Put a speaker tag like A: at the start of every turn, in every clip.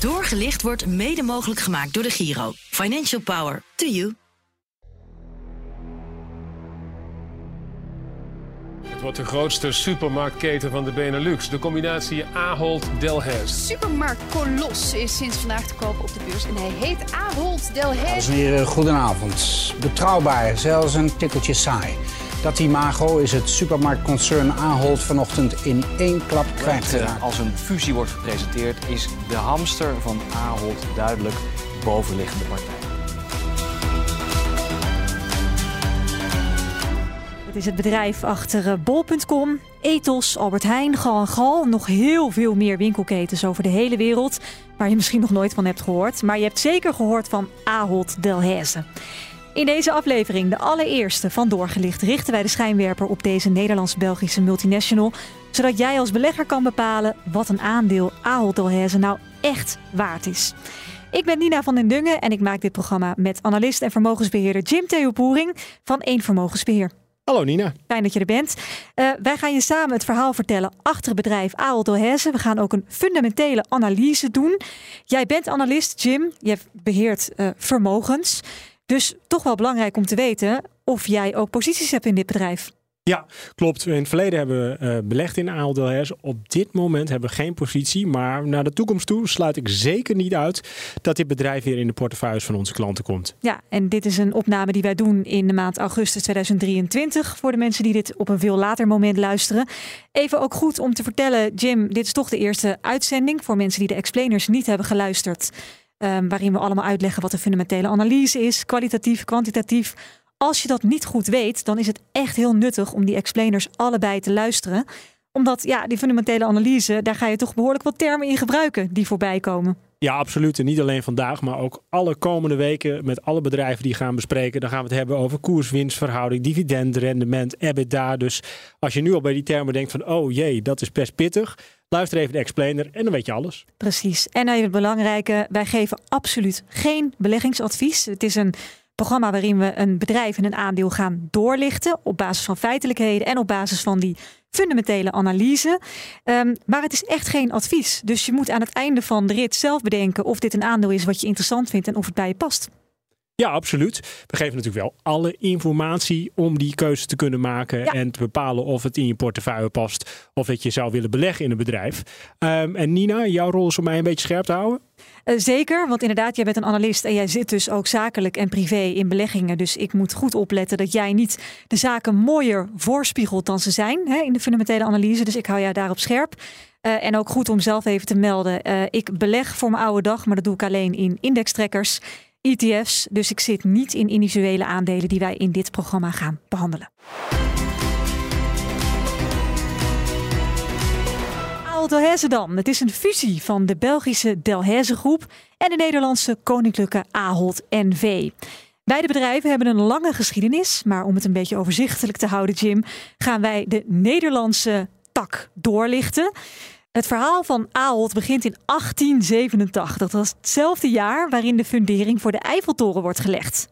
A: Doorgelicht wordt mede mogelijk gemaakt door de Giro. Financial Power to you.
B: Het wordt de grootste supermarktketen van de Benelux. De combinatie Ahold Delhaize.
C: Supermarkt Kolos is sinds vandaag te koop op de beurs en hij heet Ahold Delhaize.
D: Dames en heren, goedenavond. Betrouwbaar, zelfs een tikkeltje saai. Dat imago is het supermarktconcern Ahold vanochtend in één klap kwijtgeraakt.
E: Als een fusie wordt gepresenteerd, is de hamster van Ahold duidelijk bovenliggende partij.
F: Het is het bedrijf achter bol.com, Ethos, Albert Heijn, Gal & Gal. Nog heel veel meer winkelketens over de hele wereld waar je misschien nog nooit van hebt gehoord. Maar je hebt zeker gehoord van Ahold Delhaize. In deze aflevering, de allereerste van Doorgelicht, richten wij de schijnwerper op deze Nederlands-Belgische multinational. Zodat jij als belegger kan bepalen wat een aandeel Ahold Delhaize nou echt waard is. Ik ben Nina van den Dungen en ik maak dit programma met analist en vermogensbeheerder Jim Theopoering van Eén Vermogensbeheer.
B: Hallo Nina.
F: Fijn dat je er bent. Wij gaan je samen het verhaal vertellen achter het bedrijf Ahold Delhaize. We gaan ook een fundamentele analyse doen. Jij bent analist, Jim. Je beheert vermogens. Dus toch wel belangrijk om te weten of jij ook posities hebt in dit bedrijf.
G: Ja, klopt. In het verleden hebben we belegd in Ahold Delhaize. Op dit moment hebben we geen positie. Maar naar de toekomst toe sluit ik zeker niet uit dat dit bedrijf weer in de portefeuilles van onze klanten komt.
F: Ja, en dit is een opname die wij doen in de maand augustus 2023. Voor de mensen die dit op een veel later moment luisteren. Even ook goed om te vertellen, Jim, dit is toch de eerste uitzending voor mensen die de explainers niet hebben geluisterd. Waarin we allemaal uitleggen wat de fundamentele analyse is, kwalitatief, kwantitatief. Als je dat niet goed weet, dan is het echt heel nuttig om die explainers allebei te luisteren. Omdat die fundamentele analyse, daar ga je toch behoorlijk wat termen in gebruiken die voorbij komen.
G: Ja, absoluut. En niet alleen vandaag, maar ook alle komende weken met alle bedrijven die gaan bespreken. Dan gaan we het hebben over koers-winstverhouding, dividendrendement, EBITDA. Dus als je nu al bij die termen denkt van oh jee, dat is best pittig. Luister even de explainer en dan weet je alles.
F: Precies. En even het belangrijke, wij geven absoluut geen beleggingsadvies. Het is een programma waarin we een bedrijf en een aandeel gaan doorlichten op basis van feitelijkheden en op basis van die fundamentele analyse. Maar het is echt geen advies. Dus je moet aan het einde van de rit zelf bedenken of dit een aandeel is wat je interessant vindt en of het bij je past.
G: Ja, absoluut. We geven natuurlijk wel alle informatie om die keuze te kunnen maken en te bepalen of het in je portefeuille past of dat je zou willen beleggen in een bedrijf. En Nina, jouw rol is om mij een beetje scherp te houden?
F: Zeker, want inderdaad, jij bent een analist en jij zit dus ook zakelijk en privé in beleggingen. Dus ik moet goed opletten dat jij niet de zaken mooier voorspiegelt dan ze zijn in de fundamentele analyse. Dus ik hou jou daarop scherp. En ook goed om zelf even te melden. Ik beleg voor mijn oude dag, maar dat doe ik alleen in indextrekkers, ETF's. Dus ik zit niet in individuele aandelen die wij in dit programma gaan behandelen. Ahold Delhaize dan. Het is een fusie van de Belgische Delhaize Groep en de Nederlandse Koninklijke Ahold NV. Beide bedrijven hebben een lange geschiedenis, maar om het een beetje overzichtelijk te houden, Jim, gaan wij de Nederlandse tak doorlichten. Het verhaal van Ahold begint in 1887. Dat was hetzelfde jaar waarin de fundering voor de Eiffeltoren wordt gelegd.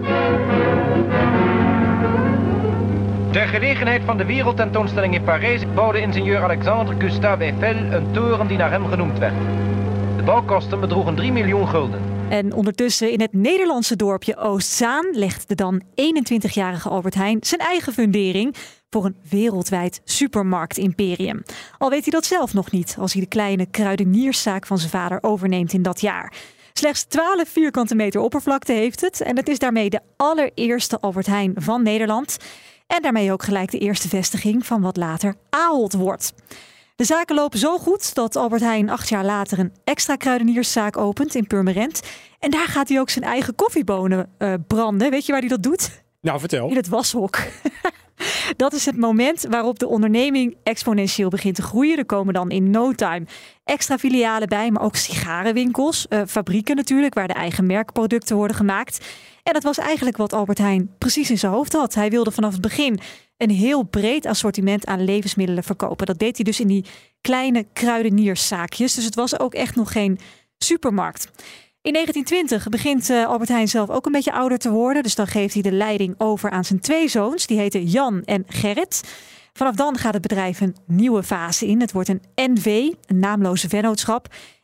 H: Ter gelegenheid van de wereldtentoonstelling in Parijs bouwde ingenieur Alexandre Gustave Eiffel een toren die naar hem genoemd werd. De bouwkosten bedroegen 3 miljoen gulden.
F: En ondertussen in het Nederlandse dorpje Oostzaan legt de dan 21-jarige Albert Heijn zijn eigen fundering voor een wereldwijd supermarktimperium. Al weet hij dat zelf nog niet als hij de kleine kruidenierszaak van zijn vader overneemt in dat jaar. Slechts 12 vierkante meter oppervlakte heeft het en het is daarmee de allereerste Albert Heijn van Nederland. En daarmee ook gelijk de eerste vestiging van wat later Ahold wordt. De zaken lopen zo goed dat Albert Heijn 8 jaar later een extra kruidenierszaak opent in Purmerend. En daar gaat hij ook zijn eigen koffiebonen branden. Weet je waar hij dat doet?
G: Nou, vertel.
F: In het washok. Dat is het moment waarop de onderneming exponentieel begint te groeien. Er komen dan in no time extra filialen bij, maar ook sigarenwinkels, fabrieken natuurlijk, waar de eigen merkproducten worden gemaakt. En dat was eigenlijk wat Albert Heijn precies in zijn hoofd had. Hij wilde vanaf het begin een heel breed assortiment aan levensmiddelen verkopen. Dat deed hij dus in die kleine kruidenierszaakjes. Dus het was ook echt nog geen supermarkt. In 1920 begint Albert Heijn zelf ook een beetje ouder te worden. Dus dan geeft hij de leiding over aan zijn 2 zoons. Die heten Jan en Gerrit. Vanaf dan gaat het bedrijf een nieuwe fase in. Het wordt een NV, een naamloze vennootschap.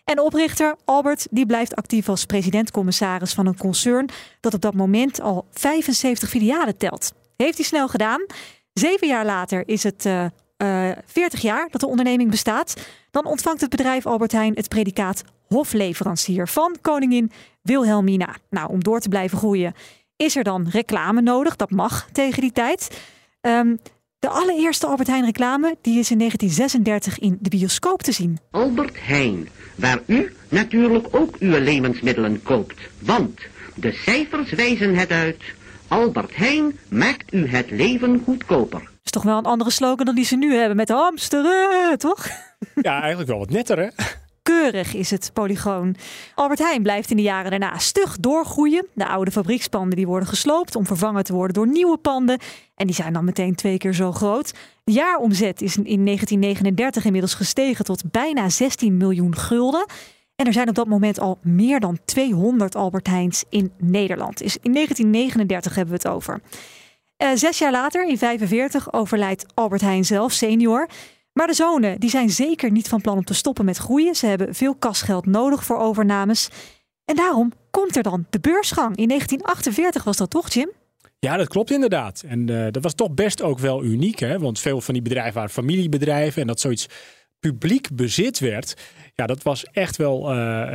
F: En de oprichter, Albert, die blijft actief als president-commissaris van een concern dat op dat moment al 75 filialen telt. Heeft hij snel gedaan. 7 jaar later is het 40 jaar dat de onderneming bestaat. Dan ontvangt het bedrijf Albert Heijn het predicaat hofleverancier van koningin Wilhelmina. Nou, om door te blijven groeien is er dan reclame nodig. Dat mag tegen die tijd. De allereerste Albert Heijn reclame die is in 1936 in de bioscoop te zien.
I: Albert Heijn, waar u natuurlijk ook uw levensmiddelen koopt. Want de cijfers wijzen het uit. Albert Heijn maakt u het leven goedkoper.
F: Dat is toch wel een andere slogan dan die ze nu hebben met hamsteren, toch?
G: Ja, eigenlijk wel wat netter, hè?
F: Keurig is het polygoon. Albert Heijn blijft in de jaren daarna stug doorgroeien. De oude fabriekspanden die worden gesloopt om vervangen te worden door nieuwe panden. En die zijn dan meteen 2 keer zo groot. De jaaromzet is in 1939 inmiddels gestegen tot bijna 16 miljoen gulden. En er zijn op dat moment al meer dan 200 Albert Heijns in Nederland. In 1939 hebben we het over. 6 jaar later, in 1945, overlijdt Albert Heijn zelf, senior. Maar de zonen die zijn zeker niet van plan om te stoppen met groeien. Ze hebben veel kasgeld nodig voor overnames. En daarom komt er dan de beursgang. In 1948 was dat toch, Jim?
G: Ja, dat klopt inderdaad. En dat was toch best ook wel uniek. Hè? Want veel van die bedrijven waren familiebedrijven. En dat zoiets publiek bezit werd. Ja, dat was echt wel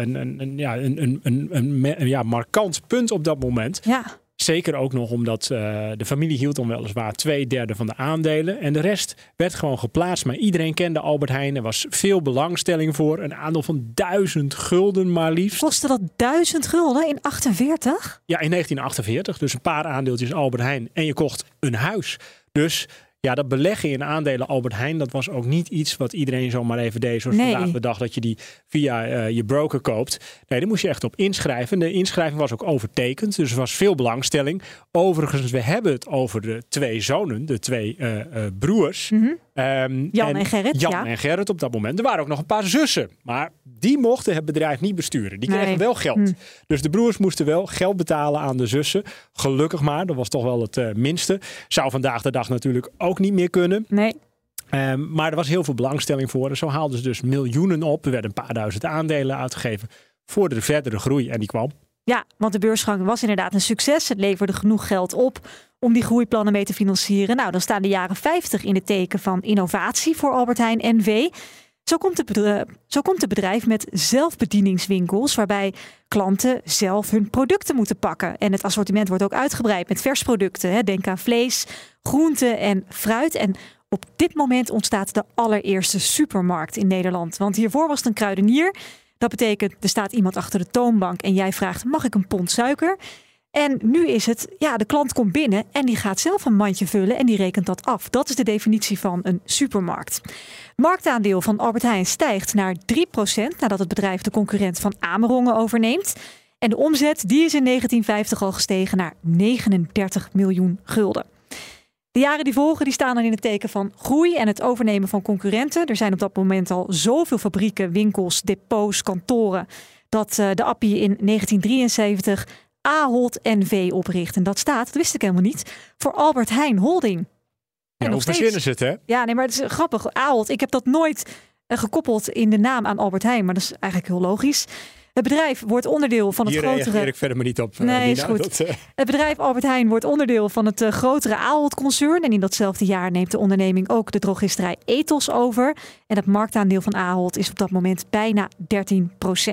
G: een markant punt op dat moment.
F: Ja.
G: Zeker ook nog omdat de familie hield dan weliswaar 2/3 van de aandelen. En de rest werd gewoon geplaatst. Maar iedereen kende Albert Heijn. Er was veel belangstelling voor. Een aandeel van 1000 gulden maar liefst.
F: Kostte dat 1000 gulden in 1948?
G: Ja, in 1948. Dus een paar aandeeltjes Albert Heijn. En je kocht een huis. Dus ja, dat beleggen in aandelen Albert Heijn, dat was ook niet iets wat iedereen zomaar even deed. Zoals vandaag de dag dat je die via je broker koopt. Nee, daar moest je echt op inschrijven. De inschrijving was ook overtekend, dus er was veel belangstelling. Overigens, we hebben het over de 2 zonen, de 2 broers.
F: Mm-hmm. Jan en Gerrit.
G: Jan en Gerrit op dat moment. Er waren ook nog een paar zussen, maar die mochten het bedrijf niet besturen. Die kregen wel geld. Dus de broers moesten wel geld betalen aan de zussen. Gelukkig maar, dat was toch wel het minste. Zou vandaag de dag natuurlijk ook niet meer kunnen.
F: Nee.
G: Maar er was heel veel belangstelling voor. En zo haalden ze dus miljoenen op. Er werden een paar duizend aandelen uitgegeven voor de verdere groei. En die kwam. Ja,
F: want de beursgang was inderdaad een succes. Het leverde genoeg geld op om die groeiplannen mee te financieren. Nou, dan staan de jaren 50 in het teken van innovatie voor Albert Heijn NV. Zo komt het bedrijf met zelfbedieningswinkels waarbij klanten zelf hun producten moeten pakken. En het assortiment wordt ook uitgebreid met versproducten. Denk aan vlees, groenten en fruit. En op dit moment ontstaat de allereerste supermarkt in Nederland. Want hiervoor was het een kruidenier. Dat betekent, er staat iemand achter de toonbank en jij vraagt, mag ik een pond suiker? En nu is het, de klant komt binnen en die gaat zelf een mandje vullen en die rekent dat af. Dat is de definitie van een supermarkt. Het marktaandeel van Albert Heijn stijgt naar 3% nadat het bedrijf de concurrent van Amerongen overneemt. En de omzet die is in 1950 al gestegen naar 39 miljoen gulden. De jaren die volgen die staan dan in het teken van groei en het overnemen van concurrenten. Er zijn op dat moment al zoveel fabrieken, winkels, depots, kantoren dat de Appie in 1973 Ahold NV opricht. En dat staat, dat wist ik helemaal niet, voor Albert Heijn Holding.
G: Ja, hoe verzinnen ze het, hè?
F: Ja, nee, maar het is grappig. Ahold, ik heb dat nooit gekoppeld in de naam aan Albert Heijn, maar dat is eigenlijk heel logisch. Het bedrijf wordt onderdeel van het grotere... Hier reageer
G: ik verder maar niet op.
F: Nee, is goed. Het bedrijf Albert Heijn wordt onderdeel van het grotere Ahold-concern. En in datzelfde jaar neemt de onderneming ook de drogisterij Ethos over. En het marktaandeel van Ahold is op dat moment bijna 13%.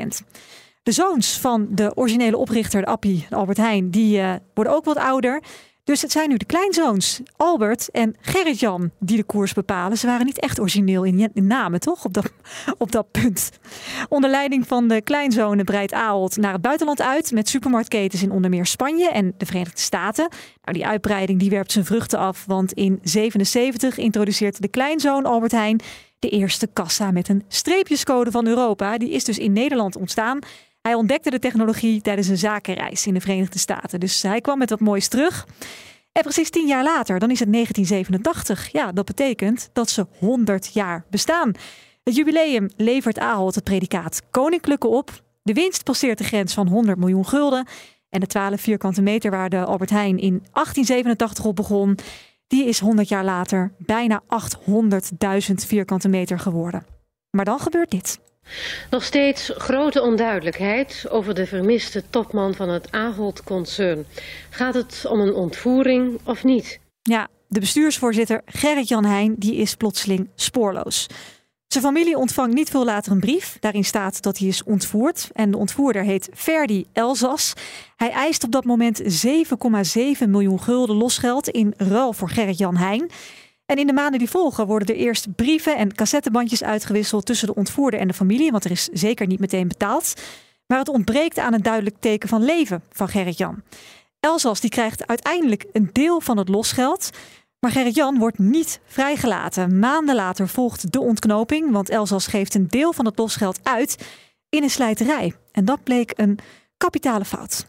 F: De zoons van de originele oprichter, de Appie, Albert Heijn, die worden ook wat ouder. Dus het zijn nu de kleinzoons, Albert en Gerrit-Jan, die de koers bepalen. Ze waren niet echt origineel in namen, toch? Op dat punt. Onder leiding van de kleinzonen breidt Ahold naar het buitenland uit met supermarktketens in onder meer Spanje en de Verenigde Staten. Nou, die uitbreiding die werpt zijn vruchten af, want in 1977 introduceert de kleinzoon Albert Heijn de eerste kassa met een streepjescode van Europa. Die is dus in Nederland ontstaan. Hij ontdekte de technologie tijdens een zakenreis in de Verenigde Staten. Dus hij kwam met wat moois terug. En precies 10 jaar later, dan is het 1987. Ja, dat betekent dat ze 100 jaar bestaan. Het jubileum levert Ahold het predicaat koninklijke op. De winst passeert de grens van 100 miljoen gulden. En de 12 vierkante meter waar de Albert Heijn in 1887 op begon, die is 100 jaar later bijna 800.000 vierkante meter geworden. Maar dan gebeurt dit.
J: Nog steeds grote onduidelijkheid over de vermiste topman van het Ahold-concern. Gaat het om een ontvoering of niet?
F: Ja, de bestuursvoorzitter Gerrit-Jan Heijn die is plotseling spoorloos. Zijn familie ontvangt niet veel later een brief. Daarin staat dat hij is ontvoerd. En de ontvoerder heet Ferdy Elzas. Hij eist op dat moment 7,7 miljoen gulden losgeld in ruil voor Gerrit-Jan Heijn. En in de maanden die volgen worden er eerst brieven en cassettebandjes uitgewisseld tussen de ontvoerder en de familie. Want er is zeker niet meteen betaald. Maar het ontbreekt aan een duidelijk teken van leven van Gerrit-Jan. Elzas die krijgt uiteindelijk een deel van het losgeld. Maar Gerrit-Jan wordt niet vrijgelaten. Maanden later volgt de ontknoping, want Elzas geeft een deel van het losgeld uit in een slijterij. En dat bleek een kapitale fout.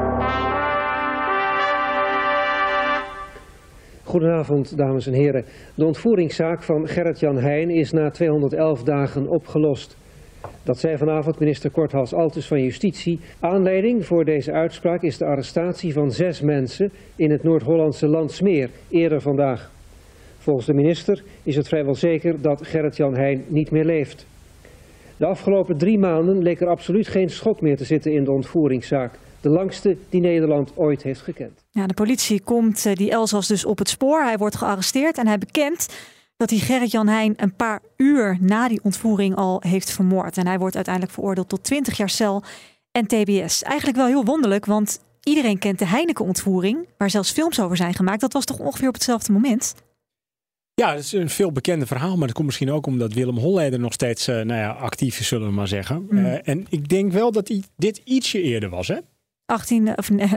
K: Goedenavond, dames en heren. De ontvoeringszaak van Gerrit-Jan Heijn is na 211 dagen opgelost. Dat zei vanavond minister Korthals Altes van Justitie. Aanleiding voor deze uitspraak is de arrestatie van 6 mensen in het Noord-Hollandse Landsmeer eerder vandaag. Volgens de minister is het vrijwel zeker dat Gerrit-Jan Heijn niet meer leeft. De afgelopen 3 maanden leek er absoluut geen schot meer te zitten in de ontvoeringszaak. De langste die Nederland ooit heeft gekend.
F: Ja, de politie komt die Elzas dus op het spoor. Hij wordt gearresteerd en hij bekent dat hij Gerrit-Jan Heijn een paar uur na die ontvoering al heeft vermoord. En hij wordt uiteindelijk veroordeeld tot 20 jaar cel en TBS. Eigenlijk wel heel wonderlijk, want iedereen kent de Heineken-ontvoering, waar zelfs films over zijn gemaakt. Dat was toch ongeveer op hetzelfde moment?
G: Ja, dat is een veel bekender verhaal, maar dat komt misschien ook omdat Willem Holleder nog steeds actief is, zullen we maar zeggen. En ik denk wel dat dit ietsje eerder was, hè?
F: In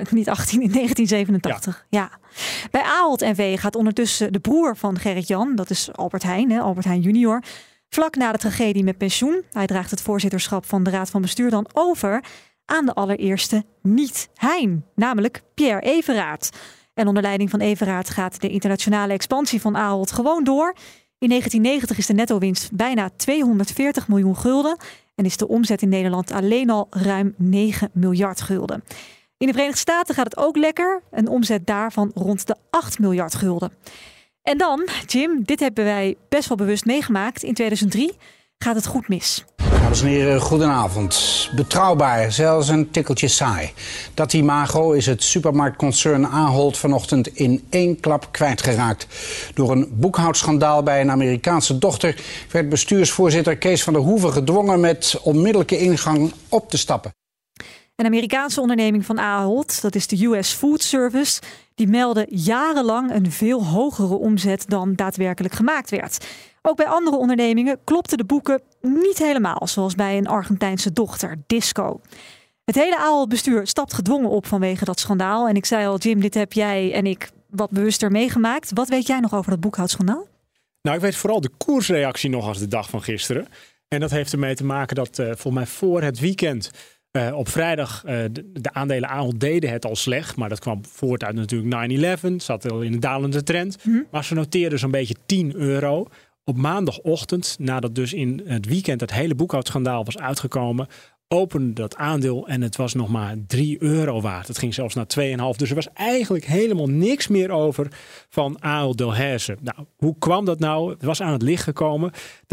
F: 1987. Ja. Bij Ahold NV gaat ondertussen de broer van Gerrit-Jan, dat is Albert Heijn, Albert Heijn junior, vlak na de tragedie met pensioen. Hij draagt het voorzitterschap van de Raad van Bestuur dan over aan de allereerste niet-Heijn, namelijk Pierre Everaert. En onder leiding van Everaert gaat de internationale expansie van Ahold gewoon door. In 1990 is de netto-winst bijna 240 miljoen gulden. En is de omzet in Nederland alleen al ruim 9 miljard gulden. In de Verenigde Staten gaat het ook lekker. Een omzet daarvan rond de 8 miljard gulden. En dan, Jim, dit hebben wij best wel bewust meegemaakt. In 2003 gaat het goed mis.
D: Dames en heren, goedenavond. Betrouwbaar, zelfs een tikkeltje saai. Dat Imago is het supermarktconcern Ahold vanochtend in 1 klap kwijtgeraakt. Door een boekhoudschandaal bij een Amerikaanse dochter werd bestuursvoorzitter Kees van der Hoeven gedwongen met onmiddellijke ingang op te stappen.
F: Een Amerikaanse onderneming van Ahold, dat is de US Food Service, die meldde jarenlang een veel hogere omzet dan daadwerkelijk gemaakt werd. Ook bij andere ondernemingen klopten de boeken niet helemaal, zoals bij een Argentijnse dochter, Disco. Het hele Ahold-bestuur stapt gedwongen op vanwege dat schandaal. En ik zei al, Jim, dit heb jij en ik wat bewuster meegemaakt. Wat weet jij nog over dat boekhoudschandaal?
G: Nou, ik weet vooral de koersreactie nog als de dag van gisteren. En dat heeft ermee te maken dat volgens mij voor het weekend op vrijdag de aandelen Ahold deden het al slecht. Maar dat kwam voort uit natuurlijk 9/11. Zat al in een dalende trend. Maar ze noteerden zo'n beetje €10. Op maandagochtend, nadat dus in het weekend het hele boekhoudschandaal was uitgekomen, opende dat aandeel en het was nog maar €3 waard. Het ging zelfs naar 2,5. Dus er was eigenlijk helemaal niks meer over van Ahold Delhaize. Nou, hoe kwam dat nou? Het was aan het licht gekomen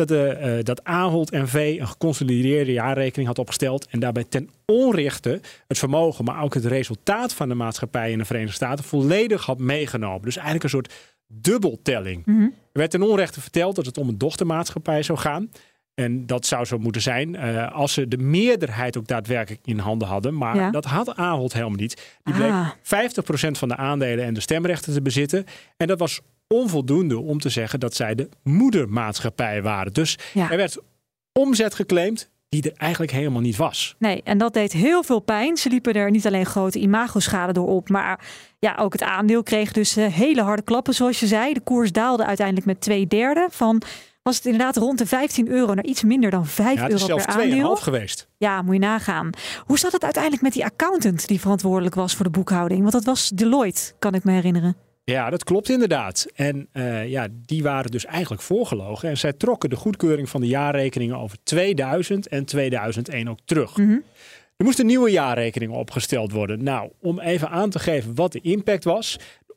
G: dat Ahold NV een geconsolideerde jaarrekening had opgesteld en daarbij ten onrechte het vermogen, maar ook het resultaat van de maatschappij in de Verenigde Staten volledig had meegenomen. Dus eigenlijk een soort dubbeltelling. Er werd ten onrechte verteld dat het om een dochtermaatschappij zou gaan. En dat zou zo moeten zijn als ze de meerderheid ook daadwerkelijk in handen hadden. Maar dat had Ahold helemaal niet. Die bleek 50% van de aandelen en de stemrechten te bezitten. En dat was onvoldoende om te zeggen dat zij de moedermaatschappij waren. Dus er werd omzet geclaimd die er eigenlijk helemaal niet was.
F: Nee, en dat deed heel veel pijn. Ze liepen er niet alleen grote imagoschade door op, maar ook het aandeel kreeg dus hele harde klappen, zoals je zei. De koers daalde uiteindelijk met 2/3 van, was het inderdaad rond de €15 naar iets minder dan €5 per aandeel.
G: Ja, het is zelfs 2,5 geweest.
F: Ja, moet je nagaan. Hoe zat het uiteindelijk met die accountant die verantwoordelijk was voor de boekhouding? Want dat was Deloitte, kan ik me herinneren.
G: Ja, dat klopt inderdaad. En die waren dus eigenlijk voorgelogen. En zij trokken de goedkeuring van de jaarrekeningen over 2000 en 2001 ook terug. Er moesten nieuwe jaarrekeningen opgesteld worden. Nou, om even aan te geven wat de impact was. De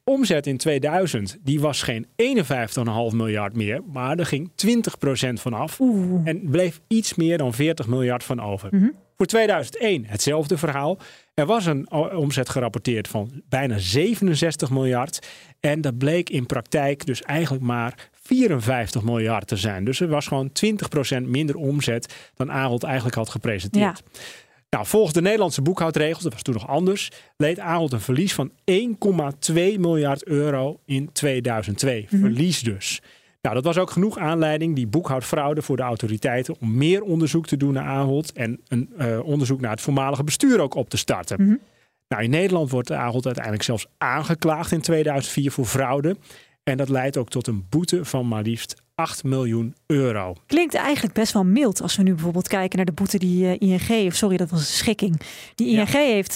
G: omzet in 2000, die was geen 51,5 miljard meer, maar er ging 20% vanaf. En bleef iets meer dan 40 miljard van over. Voor 2001 hetzelfde verhaal. Er was een omzet gerapporteerd van bijna 67 miljard. En dat bleek in praktijk dus eigenlijk maar 54 miljard te zijn. Dus er was gewoon 20% minder omzet dan Ahold eigenlijk had gepresenteerd. Ja. Nou, volgens de Nederlandse boekhoudregels, dat was toen nog anders, leed Ahold een verlies van 1,2 miljard euro in 2002. Verlies dus. Nou, dat was ook genoeg aanleiding, die boekhoudfraude, voor de autoriteiten om meer onderzoek te doen naar Ahold en een onderzoek naar het voormalige bestuur ook op te starten. Nou, in Nederland wordt Ahold uiteindelijk zelfs aangeklaagd in 2004 voor fraude. En dat leidt ook tot een boete van maar liefst 8 miljoen euro.
F: Klinkt eigenlijk best wel mild als we nu bijvoorbeeld kijken naar de boete die dat was een schikking, die ING heeft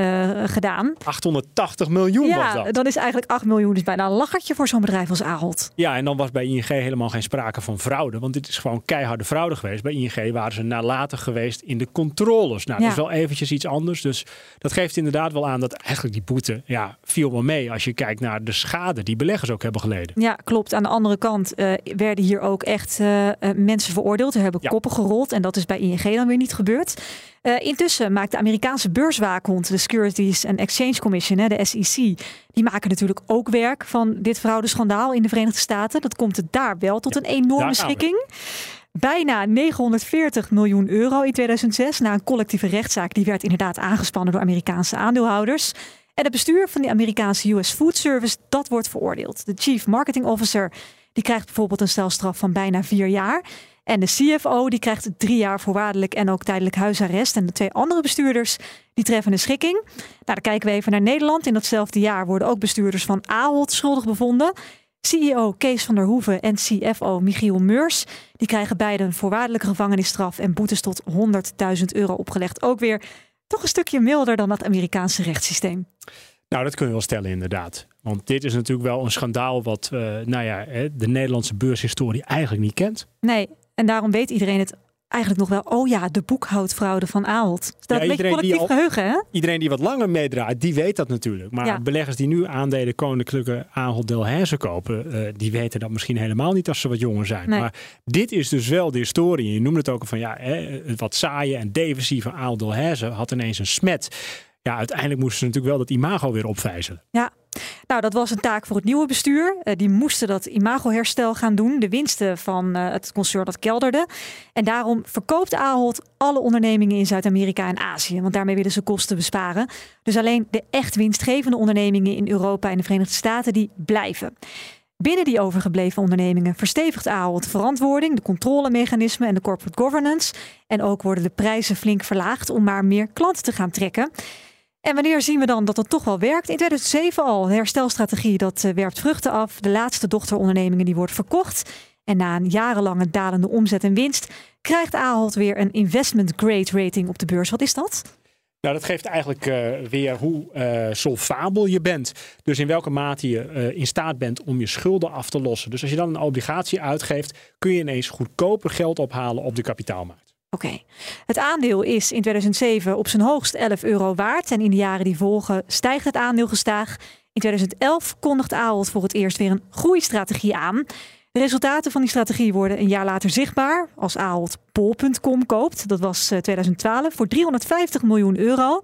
F: gedaan.
G: 880 miljoen was dat.
F: Dan is eigenlijk 8 miljoen dus bijna een lachertje voor zo'n bedrijf als Ahold.
G: Ja, en dan was bij ING helemaal geen sprake van fraude, want dit is gewoon keiharde fraude geweest. Bij ING waren ze nalatig geweest in de controles. Nou, dat is wel eventjes iets anders. Dus dat geeft inderdaad wel aan dat eigenlijk die boete viel wel mee als je kijkt naar de schade die beleggers ook hebben geleden.
F: Ja, klopt. Aan de andere kant werden hier ook echt mensen veroordeeld. Er hebben koppen gerold en dat is bij ING dan weer niet gebeurd. Intussen maakt de Amerikaanse beurswaakhond, de Securities and Exchange Commission, de SEC, die maken natuurlijk ook werk van dit fraudeschandaal in de Verenigde Staten. Dat komt het daar wel tot een enorme schikking. Bijna 940 miljoen euro in 2006 na een collectieve rechtszaak. Die werd inderdaad aangespannen door Amerikaanse aandeelhouders. En het bestuur van de Amerikaanse US Food Service, dat wordt veroordeeld. De Chief Marketing Officer, die krijgt bijvoorbeeld een celstraf van bijna 4 jaar. En de CFO die krijgt 3 jaar voorwaardelijk en ook tijdelijk huisarrest. En de 2 andere bestuurders die treffen een schikking. Nou, dan kijken we even naar Nederland. In datzelfde jaar worden ook bestuurders van Ahold schuldig bevonden. CEO Kees van der Hoeven en CFO Michiel Meurs. Die krijgen beide een voorwaardelijke gevangenisstraf en boetes tot 100.000 euro opgelegd. Ook weer toch een stukje milder dan het Amerikaanse rechtssysteem.
G: Nou, dat kun je wel stellen inderdaad. Want dit is natuurlijk wel een schandaal wat de Nederlandse beurshistorie eigenlijk niet kent.
F: Nee, en daarom weet iedereen het eigenlijk nog wel. Oh ja, de boekhoudfraude van Ahold. Dat een beetje collectief geheugen, hè?
G: Iedereen die wat langer meedraait, die weet dat natuurlijk. Maar beleggers die nu aandelen Koninklijke Ahold Delhaize kopen, die weten dat misschien helemaal niet als ze wat jonger zijn. Nee. Maar dit is dus wel de historie. Je noemde het ook van het wat saaie en defensieve Ahold Delhaize had ineens een smet. Ja, uiteindelijk moesten ze natuurlijk wel dat imago weer opvijzelen.
F: Ja, nou dat was een taak voor het nieuwe bestuur. Die moesten dat imagoherstel gaan doen. De winsten van het concern dat kelderde. En daarom verkoopt Ahold alle ondernemingen in Zuid-Amerika en Azië. Want daarmee willen ze kosten besparen. Dus alleen de echt winstgevende ondernemingen in Europa en de Verenigde Staten die blijven. Binnen die overgebleven ondernemingen verstevigt Ahold de verantwoording, de controlemechanismen en de corporate governance. En ook worden de prijzen flink verlaagd om maar meer klanten te gaan trekken. En wanneer zien we dan dat het toch wel werkt? In 2007 al. De herstelstrategie dat werpt vruchten af. De laatste dochterondernemingen die worden verkocht. En na een jarenlange dalende omzet en winst krijgt Ahold weer een investment grade rating op de beurs. Wat is dat?
G: Nou, dat geeft eigenlijk weer hoe solvabel je bent. Dus in welke mate je in staat bent om je schulden af te lossen. Dus als je dan een obligatie uitgeeft, kun je ineens goedkoper geld ophalen op de kapitaalmarkt.
F: Oké. Het aandeel is in 2007 op zijn hoogst €11 waard. En in de jaren die volgen stijgt het aandeel gestaag. In 2011 kondigt Ahold voor het eerst weer een groeistrategie aan. De resultaten van die strategie worden een jaar later zichtbaar als Ahold Bol.com koopt. Dat was 2012 voor €350 miljoen.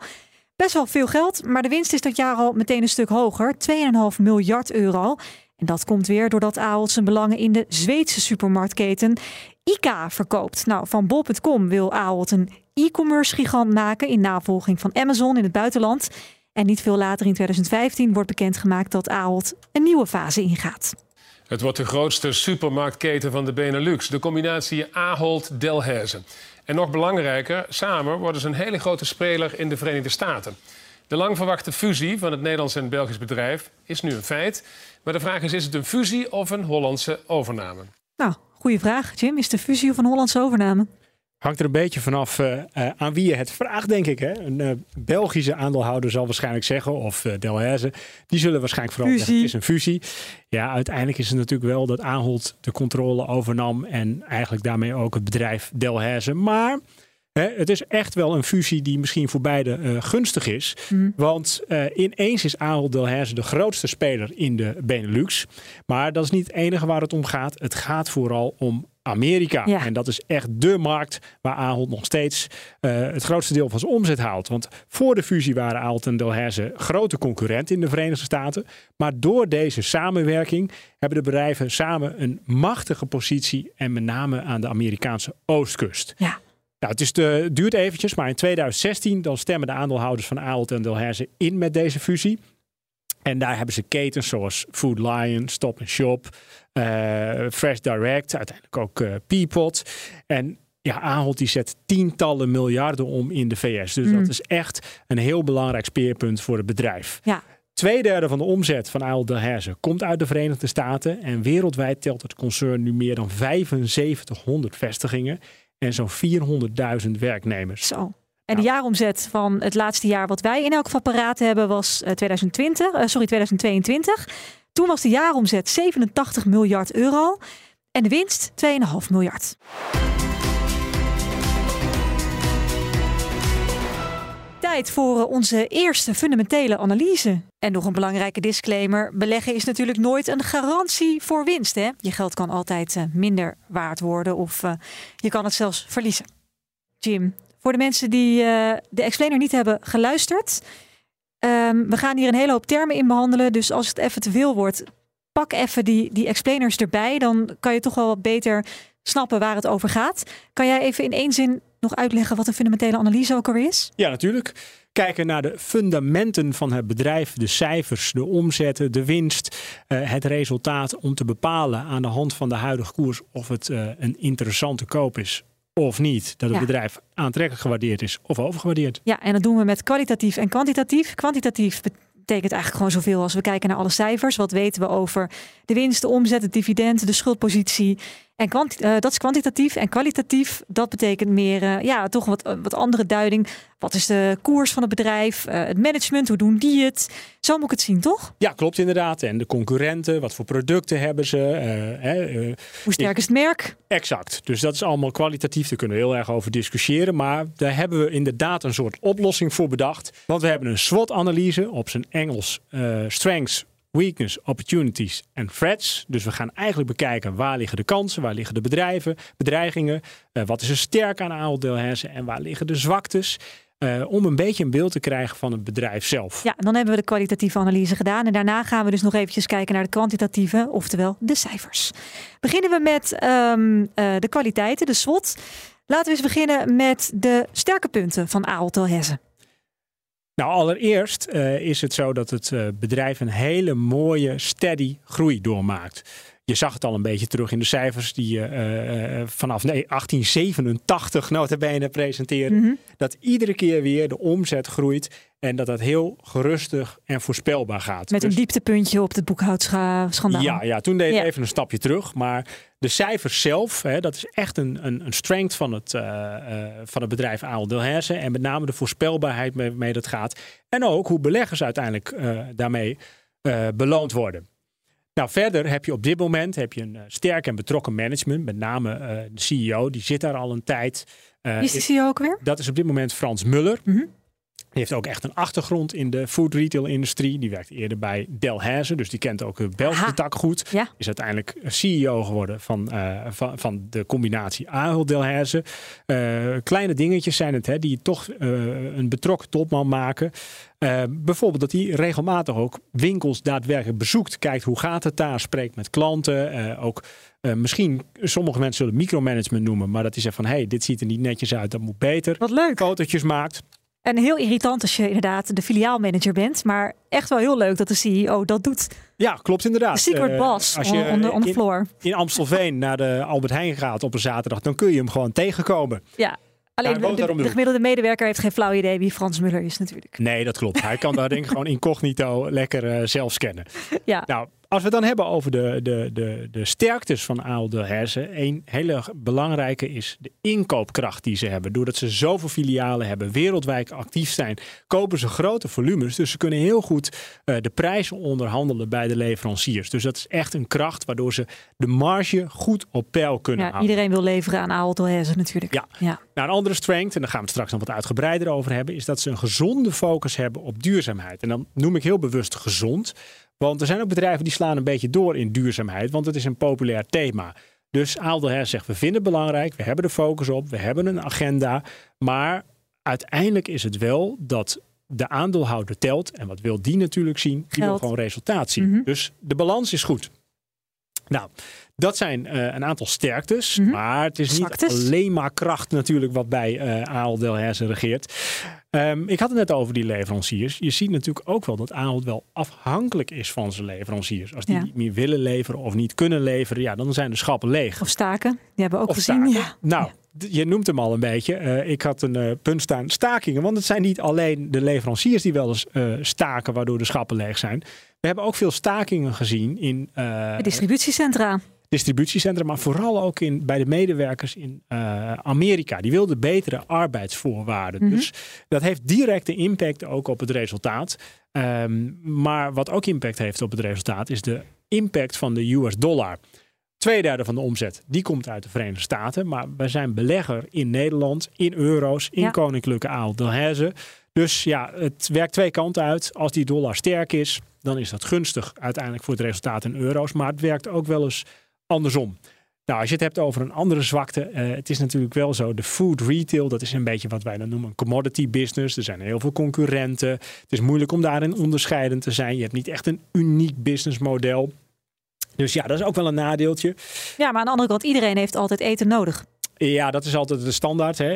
F: Best wel veel geld, maar de winst is dat jaar al meteen een stuk hoger. €2,5 miljard. En dat komt weer doordat Ahold zijn belangen in de Zweedse supermarktketen ICA verkoopt. Nou, van Bol.com wil Ahold een e-commerce gigant maken in navolging van Amazon in het buitenland. En niet veel later in 2015 wordt bekendgemaakt dat Ahold een nieuwe fase ingaat.
B: Het wordt de grootste supermarktketen van de Benelux. De combinatie Ahold Delhaize. En nog belangrijker, samen worden ze een hele grote speler in de Verenigde Staten. De lang verwachte fusie van het Nederlands en Belgisch bedrijf is nu een feit. Maar de vraag is het een fusie of een Hollandse overname?
F: Nou, goede vraag, Jim. Is de fusie of een Hollandse overname?
G: Hangt er een beetje vanaf aan wie je het vraagt, denk ik. Hè? Een Belgische aandeelhouder zal waarschijnlijk zeggen, of Delhaize, die zullen waarschijnlijk vooral zeggen, het is een fusie. Ja, uiteindelijk is het natuurlijk wel dat Ahold de controle overnam en eigenlijk daarmee ook het bedrijf Delhaize. Maar Het is echt wel een fusie die misschien voor beide gunstig is. Want ineens is Ahold Delhaize de grootste speler in de Benelux. Maar dat is niet het enige waar het om gaat. Het gaat vooral om Amerika. Ja. En dat is echt dé markt waar Ahold nog steeds het grootste deel van zijn omzet haalt. Want voor de fusie waren Ahold en Delhaize grote concurrenten in de Verenigde Staten. Maar door deze samenwerking hebben de bedrijven samen een machtige positie. En met name aan de Amerikaanse oostkust. Ja. Nou, het duurt eventjes, maar in 2016 dan stemmen de aandeelhouders van Ahold en Delhaize in met deze fusie. En daar hebben ze ketens zoals Food Lion, Stop & Shop, Fresh Direct, uiteindelijk ook Peapod. En ja, Ahold die zet tientallen miljarden om in de VS. Dus dat is echt een heel belangrijk speerpunt voor het bedrijf. Ja. 2/3 van de omzet van Ahold Delhaize komt uit de Verenigde Staten. En wereldwijd telt het concern nu meer dan 7500 vestigingen. En zo'n 400.000 werknemers.
F: Zo. En de jaaromzet van het laatste jaar wat wij in elk geval paraat hebben was 2022. Toen was de jaaromzet 87 miljard euro. En de winst 2,5 miljard. Tijd voor onze eerste fundamentele analyse. En nog een belangrijke disclaimer. Beleggen is natuurlijk nooit een garantie voor winst. Hè? Je geld kan altijd minder waard worden of je kan het zelfs verliezen. Jim, voor de mensen die de explainer niet hebben geluisterd. We gaan hier een hele hoop termen in behandelen. Dus als het even te veel wordt, pak even die explainers erbij. Dan kan je toch wel wat beter snappen waar het over gaat. Kan jij even in 1 zin nog uitleggen wat een fundamentele analyse ook alweer is?
G: Ja, natuurlijk. Kijken naar de fundamenten van het bedrijf, de cijfers, de omzetten, de winst, het resultaat om te bepalen aan de hand van de huidige koers of het een interessante koop is of niet. Dat het bedrijf aantrekkelijk gewaardeerd is of overgewaardeerd.
F: Ja, en dat doen we met kwalitatief en kwantitatief. Kwantitatief betekent eigenlijk gewoon zoveel als we kijken naar alle cijfers. Wat weten we over de winst, de omzet, het dividend, de schuldpositie. En dat is kwantitatief. En kwalitatief, dat betekent meer toch wat andere duiding. Wat is de koers van het bedrijf? Het management, hoe doen die het? Zo moet ik het zien, toch?
G: Ja, klopt inderdaad. En de concurrenten, wat voor producten hebben ze?
F: Hoe sterk is het merk?
G: Exact. Dus dat is allemaal kwalitatief. Daar kunnen we heel erg over discussiëren. Maar daar hebben we inderdaad een soort oplossing voor bedacht. Want we hebben een SWOT-analyse, op zijn Engels Strengths, Weakness, Opportunities en Threats. Dus we gaan eigenlijk bekijken waar liggen de kansen, waar liggen de bedreigingen, wat is er sterk aan Ahold Delhaize en waar liggen de zwaktes. Om een beetje een beeld te krijgen van het bedrijf zelf.
F: Ja, en dan hebben we de kwalitatieve analyse gedaan. En daarna gaan we dus nog eventjes kijken naar de kwantitatieve, oftewel de cijfers. Beginnen we met de kwaliteiten, de SWOT. Laten we eens beginnen met de sterke punten van Ahold Delhaize.
G: Nou, allereerst is het zo dat het bedrijf een hele mooie, steady groei doormaakt. Je zag het al een beetje terug in de cijfers die vanaf 1887 nota bene presenteren. Mm-hmm. Dat iedere keer weer de omzet groeit en dat heel gerustig en voorspelbaar gaat.
F: Met een dieptepuntje op het boekhoudschandaal.
G: Ja, toen deed het even een stapje terug. Maar de cijfers zelf, dat is echt een strength van het bedrijf Ahold Delhaize. En met name de voorspelbaarheid waarmee dat gaat. En ook hoe beleggers uiteindelijk daarmee beloond worden. Nou, verder heb je op dit moment een sterk en betrokken management. Met name de CEO, die zit daar al een tijd.
F: Wie is de CEO ook weer?
G: Dat is op dit moment Frans Muller. Mm-hmm. Die heeft ook echt een achtergrond in de food retail industrie. Die werkte eerder bij Delhaize, dus die kent ook de Belgische tak goed. Ja. Is uiteindelijk CEO geworden van de combinatie Ahold Delhaize. Kleine dingetjes zijn het, die toch een betrokken topman maken. Bijvoorbeeld dat hij regelmatig ook winkels daadwerkelijk bezoekt. Kijkt hoe gaat het daar, spreekt met klanten. Ook misschien, sommige mensen zullen micromanagement noemen. Maar dat hij zegt van, dit ziet er niet netjes uit, dat moet beter.
F: Wat leuk.
G: Fotootjes maakt.
F: En heel irritant als je inderdaad de filiaalmanager bent. Maar echt wel heel leuk dat de CEO dat doet.
G: Ja, klopt inderdaad.
F: De secret boss als je on the floor.
G: In Amstelveen naar de Albert Heijn gaat op een zaterdag, dan kun je hem gewoon tegenkomen.
F: Ja. Alleen de gemiddelde medewerker heeft geen flauw idee wie Frans Muller is natuurlijk.
G: Nee, dat klopt. Hij kan daar denk ik gewoon incognito lekker zelf scannen. Ja. Nou, Als we het dan hebben over de sterktes van Ahold Delhaize, een hele belangrijke is de inkoopkracht die ze hebben. Doordat ze zoveel filialen hebben, wereldwijd actief zijn, kopen ze grote volumes. Dus ze kunnen heel goed de prijzen onderhandelen bij de leveranciers. Dus dat is echt een kracht waardoor ze de marge goed op peil kunnen houden.
F: Iedereen wil leveren aan Ahold Delhaize natuurlijk.
G: Ja. Nou, een andere strength, en daar gaan we het straks nog wat uitgebreider over hebben, is dat ze een gezonde focus hebben op duurzaamheid. En dan noem ik heel bewust gezond. Want er zijn ook bedrijven die slaan een beetje door in duurzaamheid, want het is een populair thema. Dus Ahold Delhaize zegt, we vinden het belangrijk, we hebben de focus op, we hebben een agenda. Maar uiteindelijk is het wel dat de aandeelhouder telt. En wat wil die natuurlijk zien? Die wil gewoon resultaat zien. Mm-hmm. Dus de balans is goed. Nou, dat zijn een aantal sterktes. Mm-hmm. Maar het is niet alleen maar kracht natuurlijk wat bij Ahold Delhaize regeert. Ik had het net over die leveranciers. Je ziet natuurlijk ook wel dat Ahold wel afhankelijk is van zijn leveranciers. Als die niet meer willen leveren of niet kunnen leveren, ja, dan zijn de schappen leeg.
F: Of staken, die hebben we ook gezien. Ja.
G: Nou, je noemt hem al een beetje. Ik had een punt staan, stakingen. Want het zijn niet alleen de leveranciers die wel eens staken, waardoor de schappen leeg zijn. We hebben ook veel stakingen gezien in
F: de distributiecentra, maar vooral ook bij de medewerkers in Amerika. Die wilden betere arbeidsvoorwaarden. Mm-hmm. Dus dat heeft directe impact ook op het resultaat. Maar wat ook impact heeft op het resultaat is de impact van de US dollar. 2/3 van de omzet, die komt uit de Verenigde Staten. Maar wij zijn belegger in Nederland, in euro's, in Koninklijke Ahold Delhaize. Dus ja, het werkt twee kanten uit. Als die dollar sterk is, dan is dat gunstig uiteindelijk voor het resultaat in euro's. Maar het werkt ook wel eens andersom. Nou, als je het hebt over een andere zwakte, het is natuurlijk wel zo, de food retail, dat is een beetje wat wij dan noemen een commodity business. Er zijn heel veel concurrenten. Het is moeilijk om daarin onderscheidend te zijn. Je hebt niet echt een uniek businessmodel. Dus ja, dat is ook wel een nadeeltje. Ja, maar aan de andere kant, iedereen heeft altijd eten nodig.
G: Ja, dat is altijd de standaard. Hè.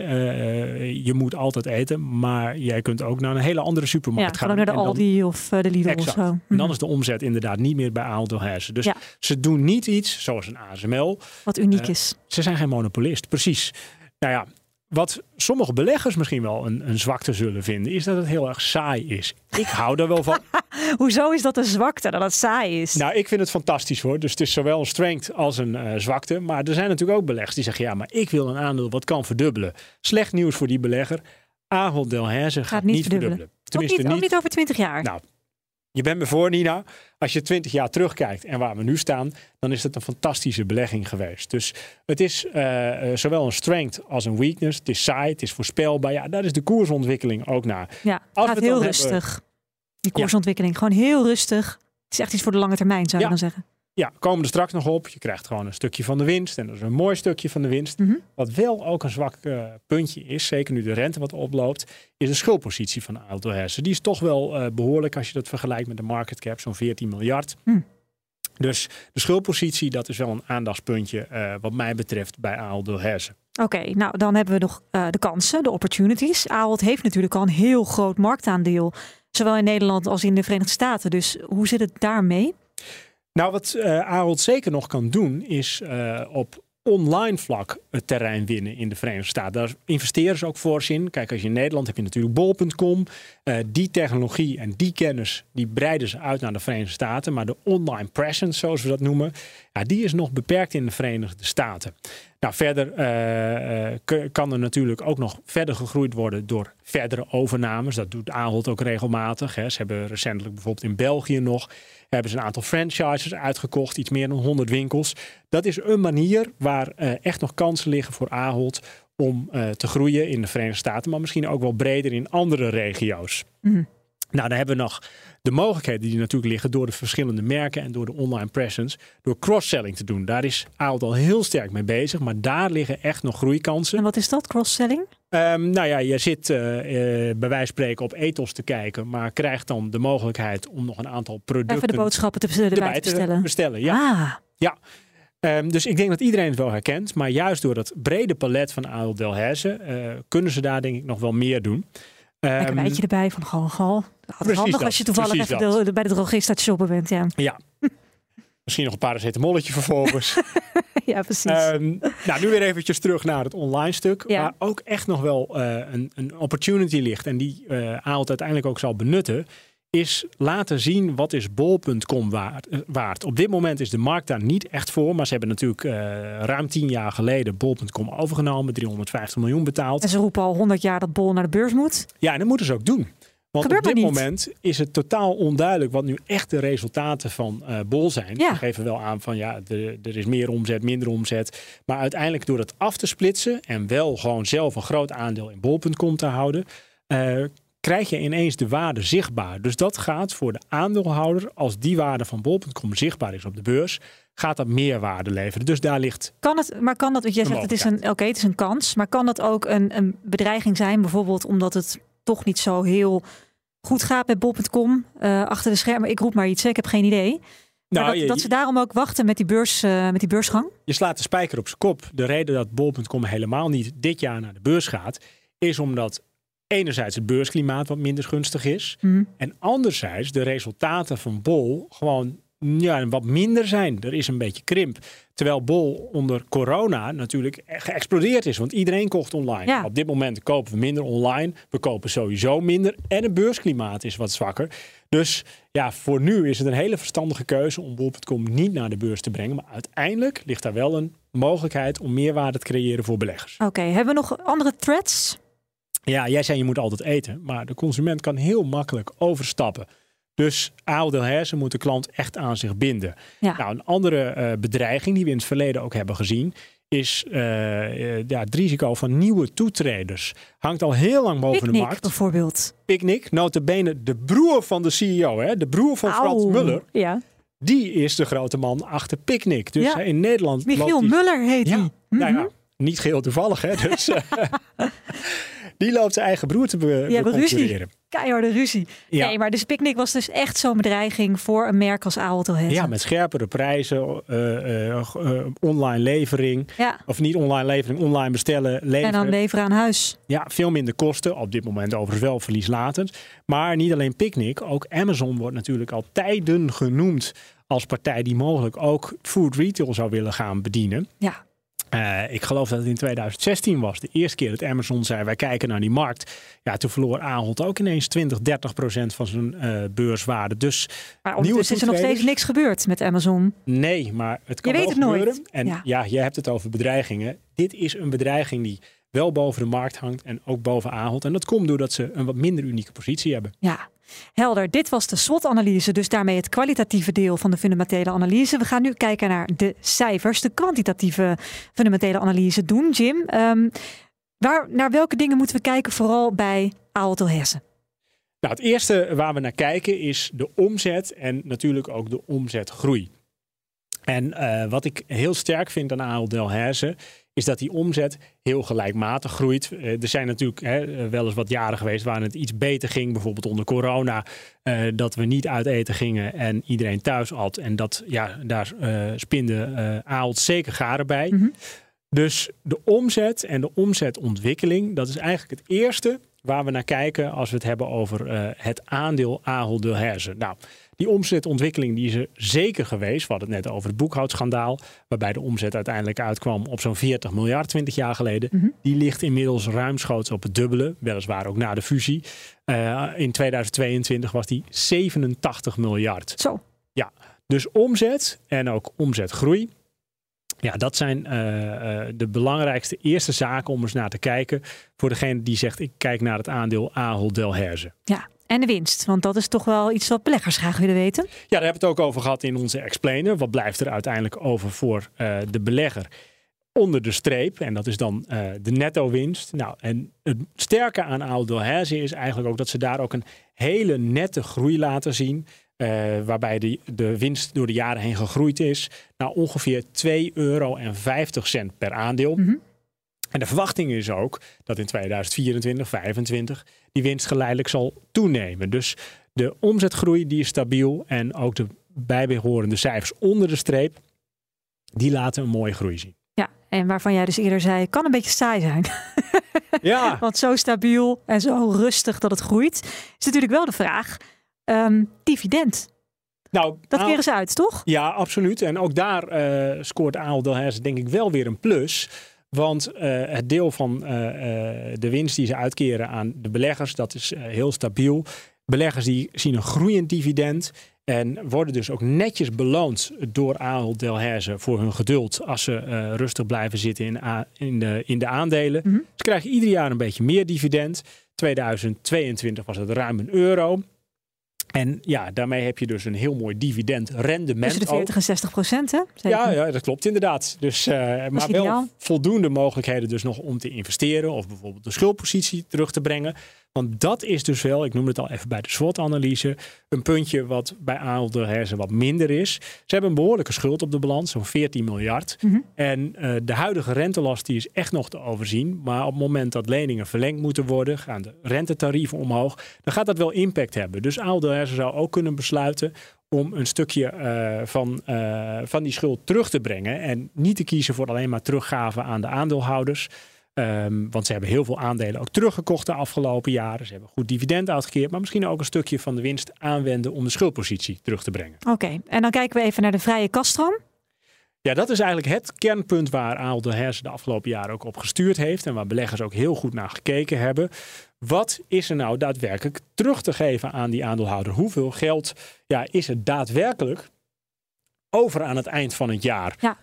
G: Je moet altijd eten, maar jij kunt ook naar een hele andere supermarkt gaan.
F: Ja, naar de Aldi of de Lidl of zo.
G: En dan is de omzet inderdaad niet meer bij Ahold Delhaize. Dus ze doen niet iets zoals een ASML.
F: Wat uniek is.
G: Ze zijn geen monopolist, precies. Nou ja, wat sommige beleggers misschien wel een zwakte zullen vinden, is dat het heel erg saai is. Ik hou er wel van.
F: Hoezo is dat een zwakte, dat het saai is?
G: Nou, ik vind het fantastisch hoor. Dus het is zowel een strength als een zwakte. Maar er zijn natuurlijk ook beleggers die zeggen, ja, maar ik wil een aandeel wat kan verdubbelen. Slecht nieuws voor die belegger. Ahold Delhaize gaat niet verdubbelen.
F: Tenminste, ook niet over 20 jaar.
G: Nou, je bent me voor, Nina. Als je 20 jaar terugkijkt en waar we nu staan, dan is het een fantastische belegging geweest. Dus het is zowel een strength als een weakness. Het is saai, het is voorspelbaar. Ja, daar is de koersontwikkeling ook naar.
F: Ja, het gaat heel rustig. Die koersontwikkeling, gewoon heel rustig. Het is echt iets voor de lange termijn, zou je dan zeggen.
G: Ja, komen er straks nog op. Je krijgt gewoon een stukje van de winst. En dat is een mooi stukje van de winst. Mm-hmm. Wat wel ook een zwak puntje is, zeker nu de rente wat oploopt, is de schuldpositie van Ahold Delhaize. Die is toch wel behoorlijk als je dat vergelijkt met de market cap, zo'n 14 miljard. Mm. Dus de schuldpositie, dat is wel een aandachtspuntje wat mij betreft bij Ahold Delhaize.
F: Oké, nou dan hebben we nog de kansen, de opportunities. Ahold heeft natuurlijk al een heel groot marktaandeel, zowel in Nederland als in de Verenigde Staten. Dus hoe zit het daarmee?
G: Nou, wat Ahold zeker nog kan doen, is op online vlak het terrein winnen in de Verenigde Staten. Daar investeren ze ook fors in. Kijk, als je in Nederland heb je natuurlijk bol.com. Die technologie en die kennis, die breiden ze uit naar de Verenigde Staten. Maar de online presence, zoals we dat noemen, ja, die is nog beperkt in de Verenigde Staten. Nou, verder kan er natuurlijk ook nog verder gegroeid worden door verdere overnames. Dat doet Ahold ook regelmatig. Hè. Ze hebben recentelijk bijvoorbeeld in België nog hebben ze een aantal franchises uitgekocht, iets meer dan 100 winkels. Dat is een manier waar echt nog kansen liggen voor Ahold om te groeien in de Verenigde Staten, maar misschien ook wel breder in andere regio's. Mm. Nou, dan hebben we nog de mogelijkheden die natuurlijk liggen door de verschillende merken en door de online presence, door cross-selling te doen. Daar is Ahold al heel sterk mee bezig, maar daar liggen echt nog groeikansen.
F: En wat is dat, cross-selling?
G: Nou ja, je zit bij wijze van spreken op Ethos te kijken, maar krijgt dan de mogelijkheid om nog een aantal producten
F: even de boodschappen erbij te bestellen.
G: Ja. Ja. Dus ik denk dat iedereen het wel herkent, maar juist door dat brede palet van Ahold Delhaize kunnen ze daar denk ik nog wel meer doen.
F: Lekker wijtje erbij van gal. Handig als je toevallig even bij de drogist aan het shoppen bent. Ja.
G: Misschien nog een paracetamoletje vervolgens.
F: Ja, precies.
G: Nou, nu weer eventjes terug naar het online stuk. Ja. Waar ook echt nog wel een opportunity ligt. En die Ahold uiteindelijk ook zal benutten. is laten zien wat is bol.com waard. Op dit moment is de markt daar niet echt voor. Maar ze hebben natuurlijk ruim 10 jaar geleden bol.com overgenomen. 350 miljoen betaald.
F: En ze roepen al 100 jaar dat bol naar de beurs moet.
G: Ja, en dat moeten ze ook doen. Want
F: Gebeurt
G: op dit
F: niet.
G: moment is het totaal onduidelijk wat nu echt de resultaten van bol zijn.
F: Ja.
G: Ze geven wel aan van er is meer omzet, minder omzet. Maar uiteindelijk door het af te splitsen en wel gewoon zelf een groot aandeel in bol.com te houden, krijg je ineens de waarde zichtbaar. Dus dat gaat voor de aandeelhouder, als die waarde van bol.com zichtbaar is op de beurs, gaat dat meer waarde leveren. Dus daar ligt...
F: Kan het, want jij zegt het is een kans, maar kan dat ook een bedreiging zijn? Bijvoorbeeld omdat het toch niet zo heel goed gaat met bol.com achter de schermen. Ik roep maar iets, ik heb geen idee. Maar dat ze daarom ook wachten met die beursgang?
G: Je slaat de spijker op zijn kop. De reden dat bol.com helemaal niet dit jaar naar de beurs gaat, is omdat enerzijds het beursklimaat wat minder gunstig is. En anderzijds de resultaten van bol gewoon wat minder zijn. Er is een beetje krimp. Terwijl bol onder corona natuurlijk geëxplodeerd is. Want iedereen kocht online.
F: Ja.
G: Op dit moment kopen we minder online. We kopen sowieso minder. En het beursklimaat is wat zwakker. Dus ja, voor nu is het een hele verstandige keuze om bol.com niet naar de beurs te brengen. Maar uiteindelijk ligt daar wel een mogelijkheid om meerwaarde te creëren voor beleggers.
F: Oké, hebben we nog andere threads?
G: Ja, jij zei je moet altijd eten. Maar de consument kan heel makkelijk overstappen. Dus Ahold Delhaize moet de klant echt aan zich binden.
F: Ja.
G: Nou, een andere bedreiging die we in het verleden ook hebben gezien is het risico van nieuwe toetreders. Hangt al heel lang boven de markt.
F: Bijvoorbeeld.
G: Picnic, nota bene de broer van de CEO, de broer van Frans Muller.
F: Ja.
G: Die is de grote man achter Picnic. Dus in Nederland...
F: Michiel Muller heet hij.
G: Nou ja, niet geheel toevallig, hè. Dus, die loopt zijn eigen broer te concurreren.
F: Keiharde ruzie.
G: Ja.
F: Nee, maar dus Picnic was dus echt zo'n bedreiging voor een merk als Ahold Delhaize.
G: Ja, met scherpere prijzen, online levering.
F: Ja.
G: Of niet online levering, online bestellen, leveren.
F: En dan leveren aan huis.
G: Ja, veel minder kosten. Op dit moment overigens wel verlieslatend. Maar niet alleen Picnic, ook Amazon wordt natuurlijk al tijden genoemd als partij die mogelijk ook food retail zou willen gaan bedienen.
F: Ja.
G: Ik geloof dat het in 2016 was. De eerste keer dat Amazon zei, wij kijken naar die markt. Ja, toen verloor Ahold ook ineens 20-30% van zijn beurswaarde. Dus
F: maar ondertussen is er nog steeds niks gebeurd met Amazon.
G: Nee, maar het kan wel gebeuren. En ja, je hebt het over bedreigingen. Dit is een bedreiging die wel boven de markt hangt en ook boven Ahold. En dat komt doordat ze een wat minder unieke positie hebben.
F: Ja. Helder, dit was de SWOT-analyse, dus daarmee het kwalitatieve deel van de fundamentele analyse. We gaan nu kijken naar de cijfers, de kwantitatieve fundamentele analyse doen. Jim, naar welke dingen moeten we kijken, vooral bij Ahold Delhaize?
G: Nou, het eerste waar we naar kijken is de omzet en natuurlijk ook de omzetgroei. En wat ik heel sterk vind aan Ahold Delhaize is dat die omzet heel gelijkmatig groeit. Er zijn natuurlijk wel eens wat jaren geweest waarin het iets beter ging. Bijvoorbeeld onder corona. Dat we niet uit eten gingen en iedereen thuis at. En dat, daar spinde Ahold zeker garen bij. Mm-hmm. Dus de omzet en de omzetontwikkeling, dat is eigenlijk het eerste waar we naar kijken als we het hebben over het aandeel Ahold Delhaize. Nou, die omzetontwikkeling die is er zeker geweest. We hadden het net over het boekhoudschandaal, waarbij de omzet uiteindelijk uitkwam op zo'n 40 miljard 20 jaar geleden. Mm-hmm. Die ligt inmiddels ruimschoots op het dubbele, weliswaar ook na de fusie. In 2022 was die 87 miljard.
F: Zo.
G: Ja, dus omzet en ook omzetgroei. Ja, dat zijn de belangrijkste eerste zaken om eens naar te kijken voor degene die zegt, ik kijk naar het aandeel Ahold Delhaize.
F: Ja. En de winst, want dat is toch wel iets wat beleggers graag willen weten.
G: Ja, daar hebben we het ook over gehad in onze explainer. Wat blijft er uiteindelijk over voor de belegger onder de streep? En dat is dan de netto winst. Nou, en het sterke aan Ahold Delhaize is eigenlijk ook dat ze daar ook een hele nette groei laten zien. Waarbij de winst door de jaren heen gegroeid is naar ongeveer €2,50 per aandeel. Mm-hmm. En de verwachting is ook dat in 2024, 2025 die winst geleidelijk zal toenemen. Dus de omzetgroei die is stabiel en ook de bijbehorende cijfers onder de streep, die laten een mooie groei zien.
F: Ja, en waarvan jij dus eerder zei, kan een beetje saai zijn.
G: Ja.
F: Want zo stabiel en zo rustig dat het groeit, is natuurlijk wel de vraag, dividend.
G: Nou,
F: dat weer eens uit, toch?
G: Ja, absoluut. En ook daar scoort Ahold Delhaize denk ik wel weer een plus. Want het deel van de winst die ze uitkeren aan de beleggers, dat is heel stabiel. Beleggers die zien een groeiend dividend en worden dus ook netjes beloond door Ahold Delhaize voor hun geduld als ze rustig blijven zitten in de aandelen. Mm-hmm. Ze krijgen ieder jaar een beetje meer dividend. 2022 was het ruim €1. En ja, daarmee heb je dus een heel mooi dividendrendement.
F: Tussen de 40 en 60%, hè? Zeker.
G: Ja, dat klopt inderdaad. Dus, maar wel voldoende mogelijkheden dus nog om te investeren of bijvoorbeeld de schuldpositie terug te brengen. Want dat is dus wel, ik noemde het al even bij de SWOT-analyse, een puntje wat bij Ahold Delhaize wat minder is. Ze hebben een behoorlijke schuld op de balans, zo'n 14 miljard. Mm-hmm. En de huidige rentelast die is echt nog te overzien. Maar op het moment dat leningen verlengd moeten worden, gaan de rentetarieven omhoog, dan gaat dat wel impact hebben. Dus Ahold Delhaize zou ook kunnen besluiten om een stukje van die schuld terug te brengen. En niet te kiezen voor alleen maar teruggave aan de aandeelhouders. Want ze hebben heel veel aandelen ook teruggekocht de afgelopen jaren. Ze hebben goed dividend uitgekeerd. Maar misschien ook een stukje van de winst aanwenden om de schuldpositie terug te brengen.
F: Oké, en dan kijken we even naar de vrije kasstroom.
G: Ja, dat is eigenlijk het kernpunt waar Ahold Delhaize de afgelopen jaren ook op gestuurd heeft. En waar beleggers ook heel goed naar gekeken hebben. Wat is er nou daadwerkelijk terug te geven aan die aandeelhouder? Hoeveel geld is er daadwerkelijk over aan het eind van het jaar? Ja.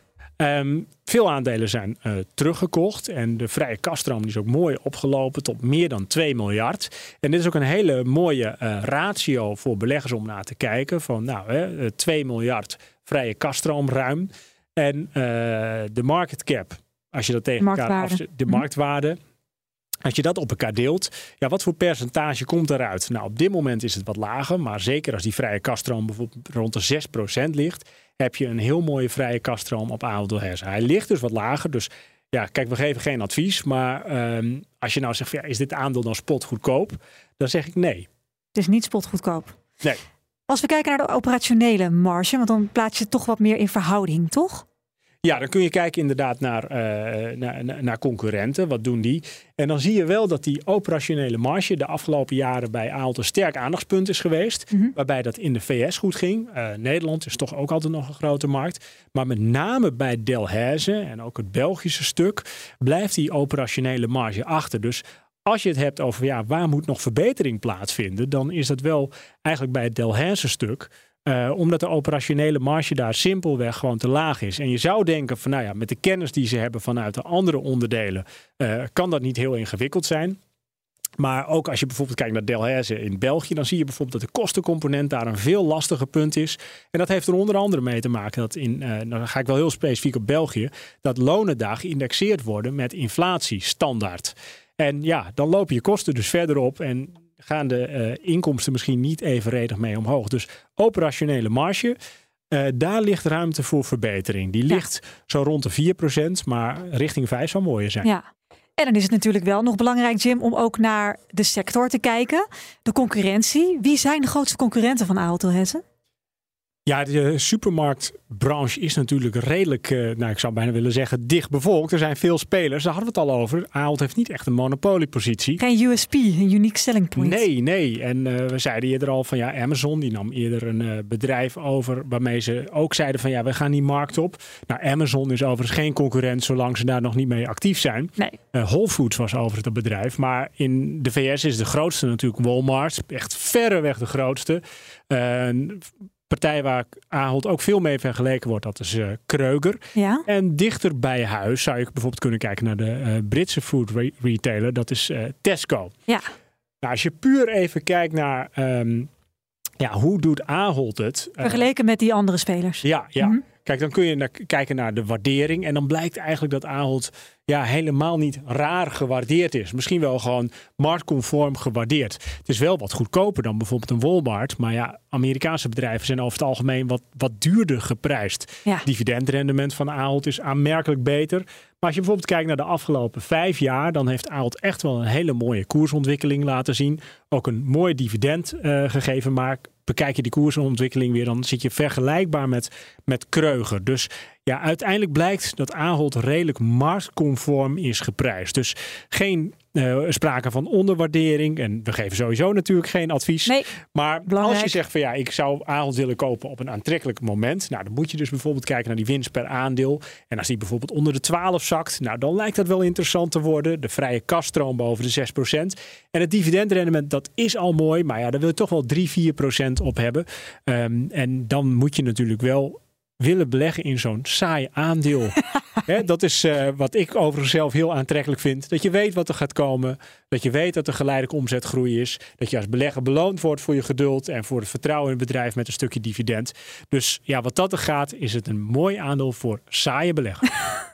G: Veel aandelen zijn teruggekocht en de vrije kasstroom is ook mooi opgelopen tot meer dan 2 miljard. En dit is ook een hele mooie ratio voor beleggers om naar te kijken. Van 2 miljard vrije kasstroom ruim. En de market cap, als je dat tegen elkaar de marktwaarde. Als je dat op elkaar deelt, wat voor percentage komt eruit? Nou, op dit moment is het wat lager, maar zeker als die vrije kasstroom bijvoorbeeld rond de 6% ligt, heb je een heel mooie vrije kasstroom op Ahold Delhaize. Hij ligt dus wat lager, dus kijk, we geven geen advies, maar als je nou zegt, is dit aandeel dan spotgoedkoop? Dan zeg ik nee.
F: Het is niet spotgoedkoop.
G: Nee.
F: Als we kijken naar de operationele marge, want dan plaats je het toch wat meer in verhouding, toch?
G: Ja, dan kun je kijken inderdaad naar concurrenten. Wat doen die? En dan zie je wel dat die operationele marge de afgelopen jaren bij Ahold een sterk aandachtspunt is geweest. Mm-hmm. Waarbij dat in de VS goed ging. Nederland is toch ook altijd nog een grote markt. Maar met name bij Delhaize en ook het Belgische stuk blijft die operationele marge achter. Dus als je het hebt over waar moet nog verbetering plaatsvinden, dan is dat wel eigenlijk bij het Delhaize stuk. Omdat de operationele marge daar simpelweg gewoon te laag is. En je zou denken van met de kennis die ze hebben vanuit de andere onderdelen kan dat niet heel ingewikkeld zijn. Maar ook als je bijvoorbeeld kijkt naar Delhaize in België, dan zie je bijvoorbeeld dat de kostencomponent daar een veel lastiger punt is. En dat heeft er onder andere mee te maken dat dan ga ik wel heel specifiek op België, dat lonen daar geïndexeerd worden met inflatie standaard. En dan lopen je kosten dus verder op en gaan de inkomsten misschien niet evenredig mee omhoog. Dus operationele marge, daar ligt ruimte voor verbetering. Die ligt zo rond de 4%, maar richting 5 zou mooier zijn.
F: Ja. En dan is het natuurlijk wel nog belangrijk, Jim, om ook naar de sector te kijken. De concurrentie. Wie zijn de grootste concurrenten van Ahold Delhaize?
G: Ja, de supermarktbranche is natuurlijk redelijk, ik zou bijna willen zeggen, dicht bevolkt. Er zijn veel spelers, daar hadden we het al over. Ahold heeft niet echt een monopoliepositie.
F: Geen USP, een unique selling point.
G: Nee. En we zeiden eerder al van Amazon, die nam eerder een bedrijf over waarmee ze ook zeiden van we gaan die markt op. Nou, Amazon is overigens geen concurrent zolang ze daar nog niet mee actief zijn.
F: Nee.
G: Whole Foods was overigens het bedrijf, maar in de VS is de grootste natuurlijk Walmart. Echt verreweg de grootste. Partij waar Ahold ook veel mee vergeleken wordt, dat is Kroger. Ja. En dichter bij huis zou je bijvoorbeeld kunnen kijken naar de Britse food retailer, dat is Tesco.
F: Ja.
G: Nou, als je puur even kijkt naar hoe doet Ahold het?
F: Vergeleken met die andere spelers.
G: Ja. Mm-hmm. Kijk, dan kun je kijken naar de waardering en dan blijkt eigenlijk dat Ahold helemaal niet raar gewaardeerd is. Misschien wel gewoon marktconform gewaardeerd. Het is wel wat goedkoper dan bijvoorbeeld een Walmart. Maar Amerikaanse bedrijven zijn over het algemeen wat duurder geprijsd. Ja. Dividendrendement van Ahold is aanmerkelijk beter. Maar als je bijvoorbeeld kijkt naar de afgelopen 5 jaar, dan heeft Ahold echt wel een hele mooie koersontwikkeling laten zien. Ook een mooi dividend gegeven. Maar bekijk je die koersontwikkeling weer, dan zit je vergelijkbaar met Kroger. Dus Ja, uiteindelijk blijkt dat Ahold redelijk marktconform is geprijsd. Dus geen sprake van onderwaardering. En we geven sowieso natuurlijk geen advies.
F: Nee,
G: maar
F: belangrijk.
G: Als je zegt van ik zou Ahold willen kopen op een aantrekkelijk moment. Nou, dan moet je dus bijvoorbeeld kijken naar die winst per aandeel. En als die bijvoorbeeld onder de 12 zakt. Nou, dan lijkt dat wel interessant te worden. De vrije kasstroom boven de 6%. En het dividendrendement, dat is al mooi. Maar daar wil je toch wel 3-4% op hebben. En dan moet je natuurlijk wel willen beleggen in zo'n saai aandeel. Dat is wat ik overigens zelf heel aantrekkelijk vind. Dat je weet wat er gaat komen. Dat je weet dat er geleidelijke omzetgroei is. Dat je als belegger beloond wordt voor je geduld en voor het vertrouwen in het bedrijf met een stukje dividend. Dus wat dat er gaat, is het een mooi aandeel voor saaie beleggers.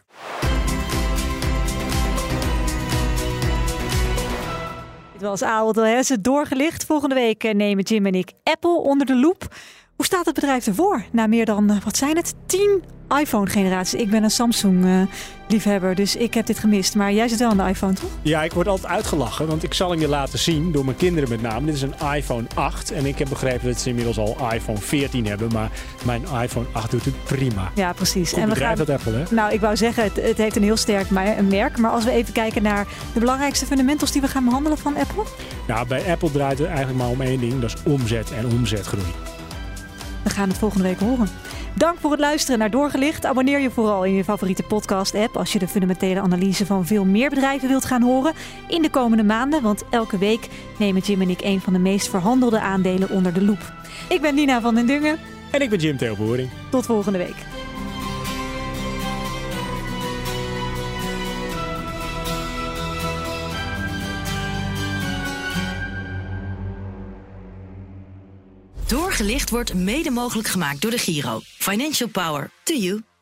F: Dit was Ahold Delhaize doorgelicht. Volgende week nemen Jim en ik Apple onder de loep. Hoe staat het bedrijf ervoor? Na meer dan, 10 iPhone-generaties. Ik ben een Samsung-liefhebber, dus ik heb dit gemist. Maar jij zit wel aan de iPhone, toch?
G: Ja, ik word altijd uitgelachen, want ik zal hem je laten zien, door mijn kinderen met name. Dit is een iPhone 8 en ik heb begrepen dat ze inmiddels al iPhone 14 hebben. Maar mijn iPhone 8 doet het prima.
F: Ja, precies.
G: Goed bedrijf dat Apple, hè?
F: Nou, ik wou zeggen, het heeft een heel sterk merk. Maar als we even kijken naar de belangrijkste fundamentals die we gaan behandelen van Apple.
G: Nou, bij Apple draait het eigenlijk maar om één ding. Dat is omzet en omzetgroei.
F: We gaan het volgende week horen. Dank voor het luisteren naar Doorgelicht. Abonneer je vooral in je favoriete podcast-app als je de fundamentele analyse van veel meer bedrijven wilt gaan horen in de komende maanden. Want elke week nemen Jim en ik een van de meest verhandelde aandelen onder de loep. Ik ben Nina van den Dungen.
G: En ik ben Jim Theo Boering.
F: Tot volgende week.
A: Doorgelicht wordt mede mogelijk gemaakt door de Giro. Financial Power to you.